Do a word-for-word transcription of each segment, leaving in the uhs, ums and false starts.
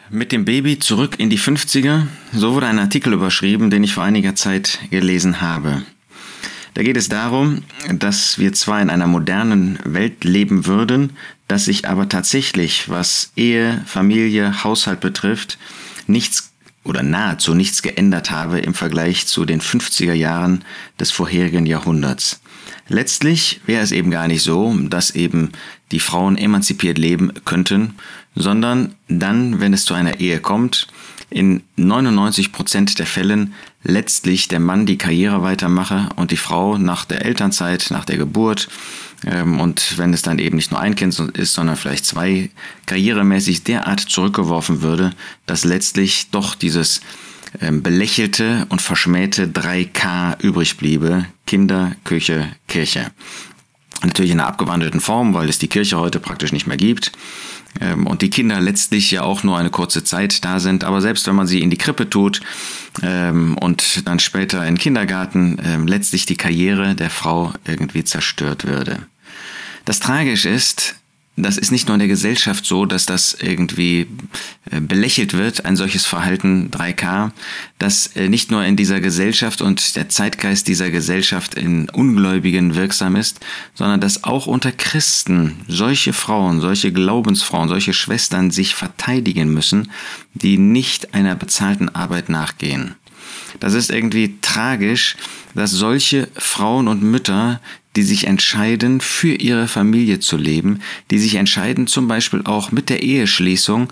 Mit dem Baby zurück in die fünfziger, so wurde ein Artikel überschrieben, den ich vor einiger Zeit gelesen habe. Da geht es darum, dass wir zwar in einer modernen Welt leben würden, dass sich aber tatsächlich, was Ehe, Familie, Haushalt betrifft, nichts oder nahezu nichts geändert habe im Vergleich zu den fünfziger Jahren des vorherigen Jahrhunderts. Letztlich wäre es eben gar nicht so, dass eben die Frauen emanzipiert leben könnten, sondern dann, wenn es zu einer Ehe kommt, in neunundneunzig Prozent der Fällen letztlich der Mann die Karriere weitermache und die Frau nach der Elternzeit, nach der Geburt ähm, und wenn es dann eben nicht nur ein Kind ist, sondern vielleicht zwei, karrieremäßig derart zurückgeworfen würde, dass letztlich doch dieses ähm, belächelte und verschmähte drei K übrig bliebe: Kinder, Küche, Kirche. Natürlich in einer abgewandelten Form, weil es die Kirche heute praktisch nicht mehr gibt. Und die Kinder letztlich ja auch nur eine kurze Zeit da sind. Aber selbst wenn man sie in die Krippe tut ähm, und dann später in den Kindergarten, ähm, letztlich die Karriere der Frau irgendwie zerstört würde. Das Tragische ist, das ist nicht nur in der Gesellschaft so, dass das irgendwie belächelt wird, ein solches Verhalten drei K, dass nicht nur in dieser Gesellschaft und der Zeitgeist dieser Gesellschaft in Ungläubigen wirksam ist, sondern dass auch unter Christen solche Frauen, solche Glaubensfrauen, solche Schwestern sich verteidigen müssen, die nicht einer bezahlten Arbeit nachgehen. Das ist irgendwie tragisch, dass solche Frauen und Mütter, die sich entscheiden, für ihre Familie zu leben, die sich entscheiden, zum Beispiel auch mit der Eheschließung,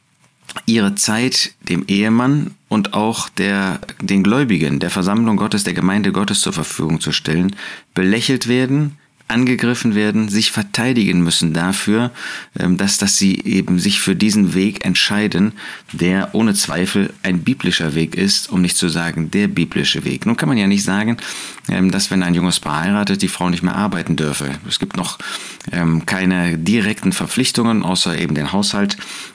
ihre Zeit dem Ehemann und auch der, den Gläubigen, der Versammlung Gottes, der Gemeinde Gottes zur Verfügung zu stellen, belächelt werden, angegriffen werden, sich verteidigen müssen dafür, dass, dass sie eben sich für diesen Weg entscheiden, der ohne Zweifel ein biblischer Weg ist, um nicht zu sagen der biblische Weg. Nun kann man ja nicht sagen, dass wenn ein junges Paar heiratet, die Frau nicht mehr arbeiten dürfe. Es gibt noch keine direkten Verpflichtungen, außer eben den Haushalt,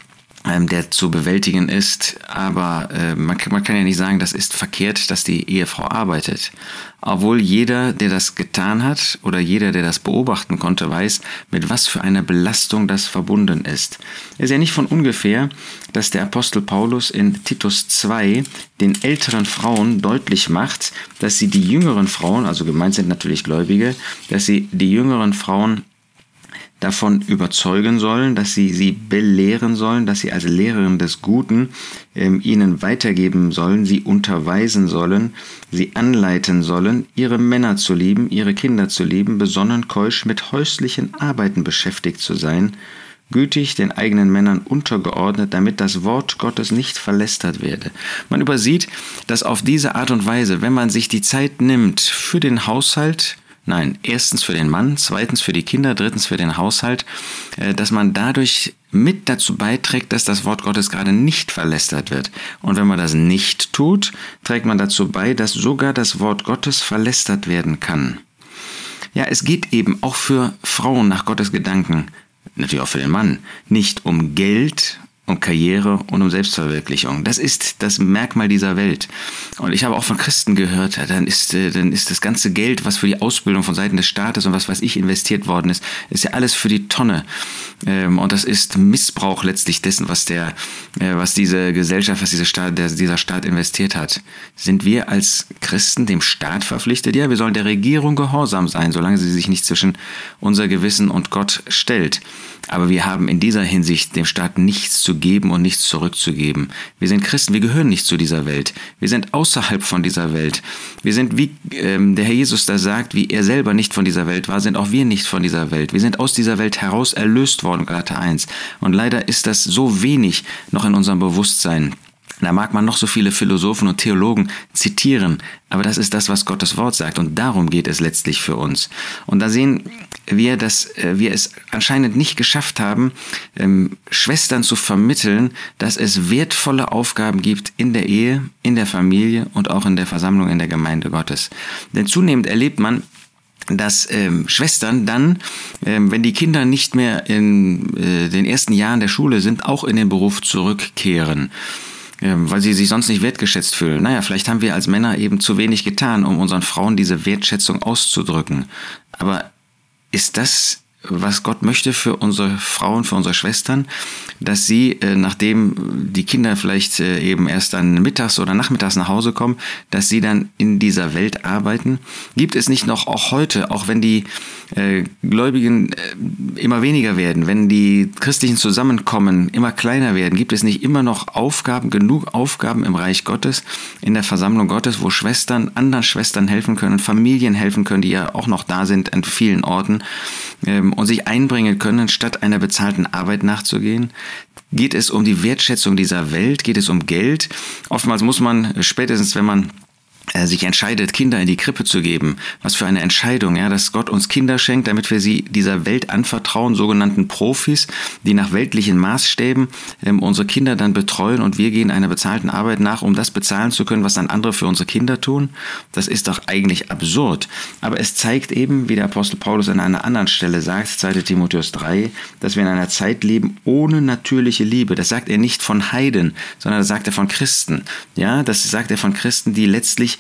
der zu bewältigen ist, aber äh, man, kann, man kann ja nicht sagen, das ist verkehrt, dass die Ehefrau arbeitet. Obwohl jeder, der das getan hat oder jeder, der das beobachten konnte, weiß, mit was für einer Belastung das verbunden ist. Es ist ja nicht von ungefähr, dass der Apostel Paulus in Titus zwei den älteren Frauen deutlich macht, dass sie die jüngeren Frauen, also gemeint sind natürlich Gläubige, dass sie die jüngeren Frauen davon überzeugen sollen, dass sie sie belehren sollen, dass sie als Lehrerin des Guten ähm, ihnen weitergeben sollen, sie unterweisen sollen, sie anleiten sollen, ihre Männer zu lieben, ihre Kinder zu lieben, besonnen, keusch, mit häuslichen Arbeiten beschäftigt zu sein, gütig, den eigenen Männern untergeordnet, damit das Wort Gottes nicht verlästert werde. Man übersieht, dass auf diese Art und Weise, wenn man sich die Zeit nimmt für den Haushalt, Nein, erstens für den Mann, zweitens für die Kinder, drittens für den Haushalt, dass man dadurch mit dazu beiträgt, dass das Wort Gottes gerade nicht verlästert wird. Und wenn man das nicht tut, trägt man dazu bei, dass sogar das Wort Gottes verlästert werden kann. Ja, es geht eben auch für Frauen nach Gottes Gedanken, natürlich auch für den Mann, nicht um Geld, um Karriere und um Selbstverwirklichung. Das ist das Merkmal dieser Welt. Und ich habe auch von Christen gehört, dann ist, dann ist das ganze Geld, was für die Ausbildung von Seiten des Staates und was weiß ich investiert worden ist, ist ja alles für die Tonne. Und das ist Missbrauch letztlich dessen, was der, was diese Gesellschaft, was dieser Staat, der, dieser Staat investiert hat. Sind wir als Christen dem Staat verpflichtet? Ja, wir sollen der Regierung gehorsam sein, solange sie sich nicht zwischen unser Gewissen und Gott stellt. Aber wir haben in dieser Hinsicht dem Staat nichts zu geben und nichts zurückzugeben. Wir sind Christen, wir gehören nicht zu dieser Welt. Wir sind außerhalb von dieser Welt. Wir sind, wie ähm, der Herr Jesus da sagt, wie er selber nicht von dieser Welt war, sind auch wir nicht von dieser Welt. Wir sind aus dieser Welt heraus erlöst worden, Galater eins. Und leider ist das so wenig noch in unserem Bewusstsein. Da mag man noch so viele Philosophen und Theologen zitieren, aber das ist das, was Gottes Wort sagt, und darum geht es letztlich für uns. Und da sehen wir, dass wir es anscheinend nicht geschafft haben, Schwestern zu vermitteln, dass es wertvolle Aufgaben gibt in der Ehe, in der Familie und auch in der Versammlung in der Gemeinde Gottes. Denn zunehmend erlebt man, dass ähm, Schwestern dann, ähm, wenn die Kinder nicht mehr in äh, den ersten Jahren der Schule sind, auch in den Beruf zurückkehren, ähm, weil sie sich sonst nicht wertgeschätzt fühlen. Naja, vielleicht haben wir als Männer eben zu wenig getan, um unseren Frauen diese Wertschätzung auszudrücken. Aber ist das was Gott möchte für unsere Frauen, für unsere Schwestern, dass sie, nachdem die Kinder vielleicht eben erst dann mittags oder nachmittags nach Hause kommen, dass sie dann in dieser Welt arbeiten? Gibt es nicht noch auch heute, auch wenn die äh, Gläubigen äh, immer weniger werden, wenn die christlichen Zusammenkommen immer kleiner werden, gibt es nicht immer noch Aufgaben, genug Aufgaben im Reich Gottes, in der Versammlung Gottes, wo Schwestern anderen Schwestern helfen können, Familien helfen können, die ja auch noch da sind an vielen Orten, ähm, und sich einbringen können, statt einer bezahlten Arbeit nachzugehen? Geht es um die Wertschätzung dieser Welt? Geht es um Geld? Oftmals muss man, spätestens wenn man sich entscheidet, Kinder in die Krippe zu geben. Was für eine Entscheidung, ja, dass Gott uns Kinder schenkt, damit wir sie dieser Welt anvertrauen, sogenannten Profis, die nach weltlichen Maßstäben ähm, unsere Kinder dann betreuen, und wir gehen einer bezahlten Arbeit nach, um das bezahlen zu können, was dann andere für unsere Kinder tun. Das ist doch eigentlich absurd. Aber es zeigt eben, wie der Apostel Paulus an einer anderen Stelle sagt, zweiter Timotheus drei, dass wir in einer Zeit leben ohne natürliche Liebe. Das sagt er nicht von Heiden, sondern das sagt er von Christen. Ja, das sagt er von Christen, die letztlich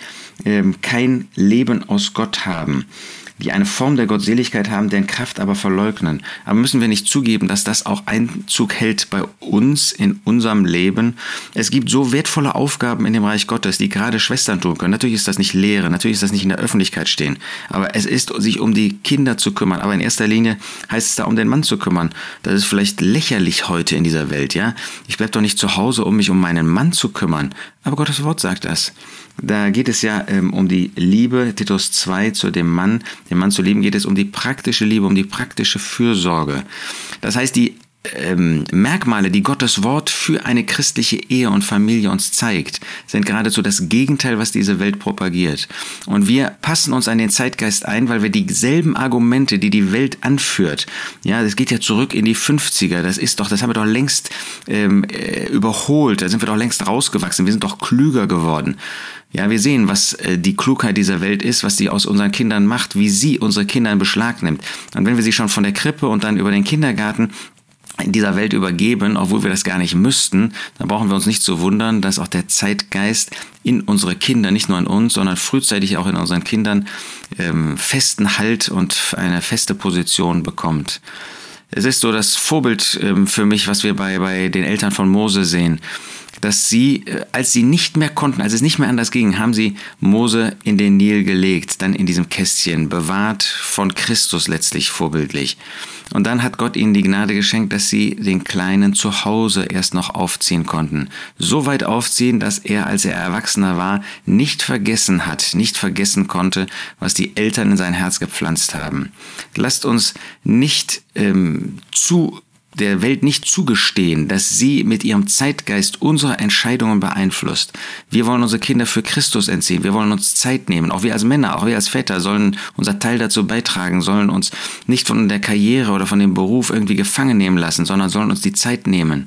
kein Leben aus Gott haben, die eine Form der Gottseligkeit haben, deren Kraft aber verleugnen. Aber müssen wir nicht zugeben, dass das auch Einzug hält bei uns in unserem Leben? Es gibt so wertvolle Aufgaben in dem Reich Gottes, die gerade Schwestern tun können. Natürlich ist das nicht Lehre, natürlich ist das nicht in der Öffentlichkeit stehen, aber es ist, sich um die Kinder zu kümmern. Aber in erster Linie heißt es da, um den Mann zu kümmern. Das ist vielleicht lächerlich heute in dieser Welt, ja? Ich bleibe doch nicht zu Hause, um mich um meinen Mann zu kümmern. Aber Gottes Wort sagt das. Da geht es ja ähm, um die Liebe, Titus zwei, zu dem Mann. Den Mann zu lieben, geht es um die praktische Liebe, um die praktische Fürsorge. Das heißt, die ähm, Merkmale, die Gottes Wort für eine christliche Ehe und Familie uns zeigt, sind geradezu das Gegenteil, was diese Welt propagiert. Und wir passen uns an den Zeitgeist ein, weil wir dieselben Argumente, die die Welt anführt, ja, das geht ja zurück in die fünfziger, das ist doch, das haben wir doch längst ähm, äh, überholt, da sind wir doch längst rausgewachsen, wir sind doch klüger geworden. Ja, wir sehen, was äh, die Klugheit dieser Welt ist, was sie aus unseren Kindern macht, wie sie unsere Kinder in Beschlag nimmt. Und wenn wir sie schon von der Krippe und dann über den Kindergarten in dieser Welt übergeben, obwohl wir das gar nicht müssten, dann brauchen wir uns nicht zu wundern, dass auch der Zeitgeist in unsere Kinder, nicht nur in uns, sondern frühzeitig auch in unseren Kindern ähm, festen Halt und eine feste Position bekommt. Es ist so das Vorbild ähm, für mich, was wir bei, bei den Eltern von Mose sehen, dass sie, als sie nicht mehr konnten, als es nicht mehr anders ging, haben sie Mose in den Nil gelegt, dann in diesem Kästchen, bewahrt von Christus letztlich vorbildlich. Und dann hat Gott ihnen die Gnade geschenkt, dass sie den Kleinen zu Hause erst noch aufziehen konnten. So weit aufziehen, dass er, als er Erwachsener war, nicht vergessen hat, nicht vergessen konnte, was die Eltern in sein Herz gepflanzt haben. Lasst uns nicht ähm, zu der Welt nicht zugestehen, dass sie mit ihrem Zeitgeist unsere Entscheidungen beeinflusst. Wir wollen unsere Kinder für Christus entziehen. Wir wollen uns Zeit nehmen. Auch wir als Männer, auch wir als Väter sollen unser Teil dazu beitragen, sollen uns nicht von der Karriere oder von dem Beruf irgendwie gefangen nehmen lassen, sondern sollen uns die Zeit nehmen.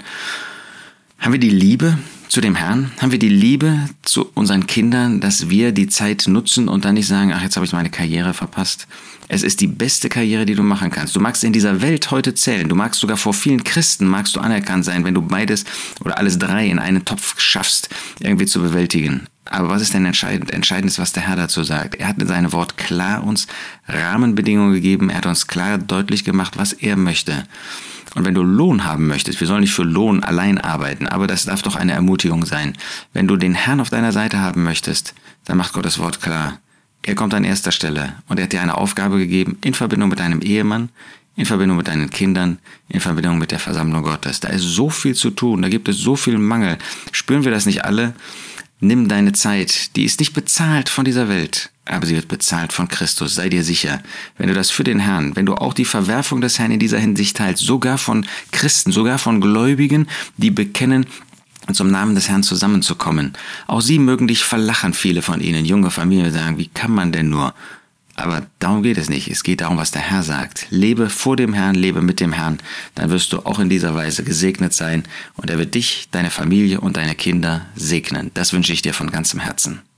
Haben wir die Liebe zu dem Herrn? Haben wir die Liebe zu unseren Kindern, dass wir die Zeit nutzen und dann nicht sagen, ach, jetzt habe ich meine Karriere verpasst? Es ist die beste Karriere, die du machen kannst. Du magst in dieser Welt heute zählen. Du magst sogar vor vielen Christen magst du anerkannt sein, wenn du beides oder alles drei in einen Topf schaffst, irgendwie zu bewältigen. Aber was ist denn entscheidend? Entscheidend ist, was der Herr dazu sagt. Er hat in seinem Wort klar uns Rahmenbedingungen gegeben. Er hat uns klar deutlich gemacht, was er möchte. Und wenn du Lohn haben möchtest, wir sollen nicht für Lohn allein arbeiten, aber das darf doch eine Ermutigung sein. Wenn du den Herrn auf deiner Seite haben möchtest, dann macht Gottes Wort klar. Er kommt an erster Stelle und er hat dir eine Aufgabe gegeben in Verbindung mit deinem Ehemann, in Verbindung mit deinen Kindern, in Verbindung mit der Versammlung Gottes. Da ist so viel zu tun, da gibt es so viel Mangel. Spüren wir das nicht alle? Nimm deine Zeit, die ist nicht bezahlt von dieser Welt, aber sie wird bezahlt von Christus, sei dir sicher. Wenn du das für den Herrn, wenn du auch die Verwerfung des Herrn in dieser Hinsicht teilst, sogar von Christen, sogar von Gläubigen, die bekennen, zum Namen des Herrn zusammenzukommen. Auch sie mögen dich verlachen, viele von ihnen, junge Familien sagen, wie kann man denn nur? Aber darum geht es nicht. Es geht darum, was der Herr sagt. Lebe vor dem Herrn, lebe mit dem Herrn. Dann wirst du auch in dieser Weise gesegnet sein und er wird dich, deine Familie und deine Kinder segnen. Das wünsche ich dir von ganzem Herzen.